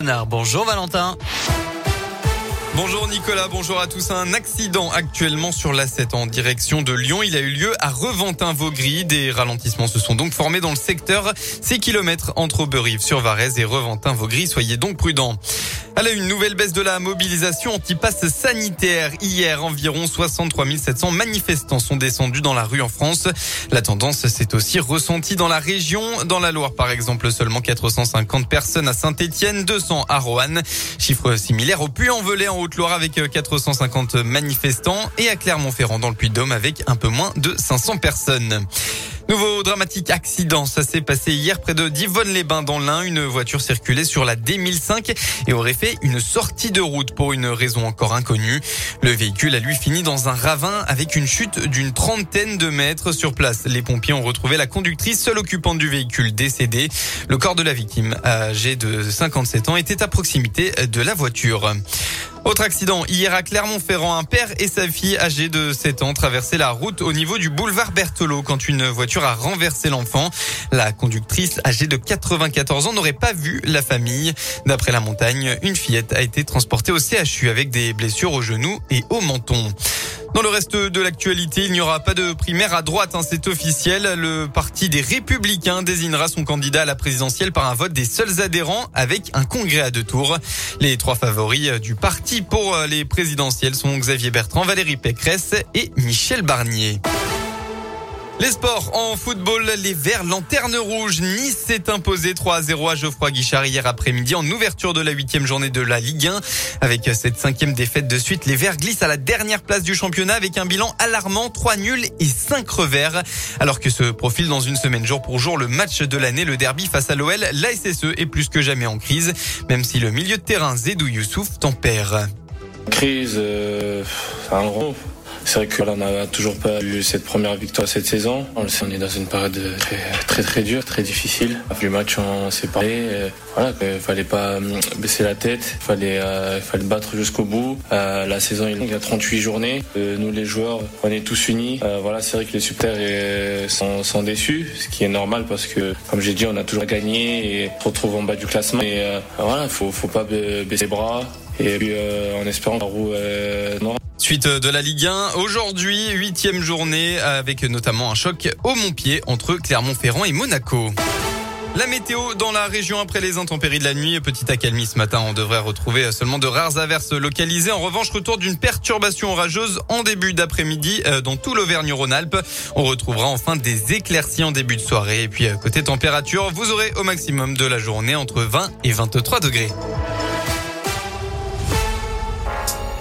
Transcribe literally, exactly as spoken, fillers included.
Bernard. Bonjour Valentin. Bonjour Nicolas, bonjour à tous. Un accident actuellement sur l'A sept en direction de Lyon. Il a eu lieu à Reventin-Vaugris. Des ralentissements se sont donc formés dans le secteur. six kilomètres entre Auberive-sur-Varèse et Reventin-Vaugris. Soyez donc prudents. Elle a une nouvelle baisse de la mobilisation anti-pass sanitaire. Hier, environ soixante-trois mille sept cents manifestants sont descendus dans la rue en France. La tendance s'est aussi ressentie dans la région. Dans la Loire, par exemple, seulement quatre cent cinquante personnes à Saint-Étienne, deux cents à Roanne. Chiffre similaire au Puy-en-Velay en Haute-Loire avec quatre cent cinquante manifestants et à Clermont-Ferrand dans le Puy-de-Dôme avec un peu moins de cinq cents personnes. Nouveau dramatique accident, ça s'est passé hier près de Divonne-les-Bains dans l'Ain. Une voiture circulait sur la D mille cinq et aurait fait une sortie de route pour une raison encore inconnue. Le véhicule a lui fini dans un ravin avec une chute d'une trentaine de mètres. Sur place, les pompiers ont retrouvé la conductrice, seule occupante du véhicule décédée. Le corps de la victime, âgée de cinquante-sept ans, était à proximité de la voiture. Autre accident, hier à Clermont-Ferrand, un père et sa fille âgés de sept ans traversaient la route au niveau du boulevard Berthelot quand une voiture a renversé l'enfant. La conductrice âgée de quatre-vingt-quatorze ans n'aurait pas vu la famille. D'après la montagne, une fillette a été transportée au C H U avec des blessures au genou et au menton. Dans le reste de l'actualité, il n'y aura pas de primaire à droite, hein, c'est officiel. Le parti des Républicains désignera son candidat à la présidentielle par un vote des seuls adhérents avec un congrès à deux tours. Les trois favoris du parti pour les présidentielles sont Xavier Bertrand, Valérie Pécresse et Michel Barnier. Les sports en football, les Verts lanterne rouge. Nice s'est imposé trois à zéro à Geoffroy Guichard hier après-midi en ouverture de la huitième journée de la Ligue un. Avec cette cinquième défaite de suite, les Verts glissent à la dernière place du championnat avec un bilan alarmant, trois nuls et cinq revers. Alors que se profile dans une semaine jour pour jour le match de l'année, le derby face à l'O L, l'A S S E est plus que jamais en crise, même si le milieu de terrain Zedou Youssouf tempère. Crise, euh, c'est un gros. C'est vrai qu'on n'a toujours pas eu cette première victoire cette saison. On le sait, on est dans une période très très très dure, très difficile. Après le match, on s'est parlé. Voilà, il fallait pas baisser la tête, il fallait, euh, fallait battre jusqu'au bout. Euh, la saison, il y a trente-huit journées. Euh, nous, les joueurs, on est tous unis. Euh, voilà, c'est vrai que les supporters sont, sont déçus, ce qui est normal parce que, comme j'ai dit, on a toujours gagné et on se retrouve en bas du classement. Et euh, voilà, faut faut pas baisser les bras. Et puis, euh, en espérant la roue euh, noire. Suite de la Ligue un, aujourd'hui, huitième journée, avec notamment un choc au Montpied entre Clermont-Ferrand et Monaco. La météo dans la région après les intempéries de la nuit. Petite accalmie ce matin, on devrait retrouver seulement de rares averses localisées. En revanche, retour d'une perturbation orageuse en début d'après-midi dans tout l'Auvergne-Rhône-Alpes. On retrouvera enfin des éclaircies en début de soirée. Et puis côté température, vous aurez au maximum de la journée entre vingt et vingt-trois degrés.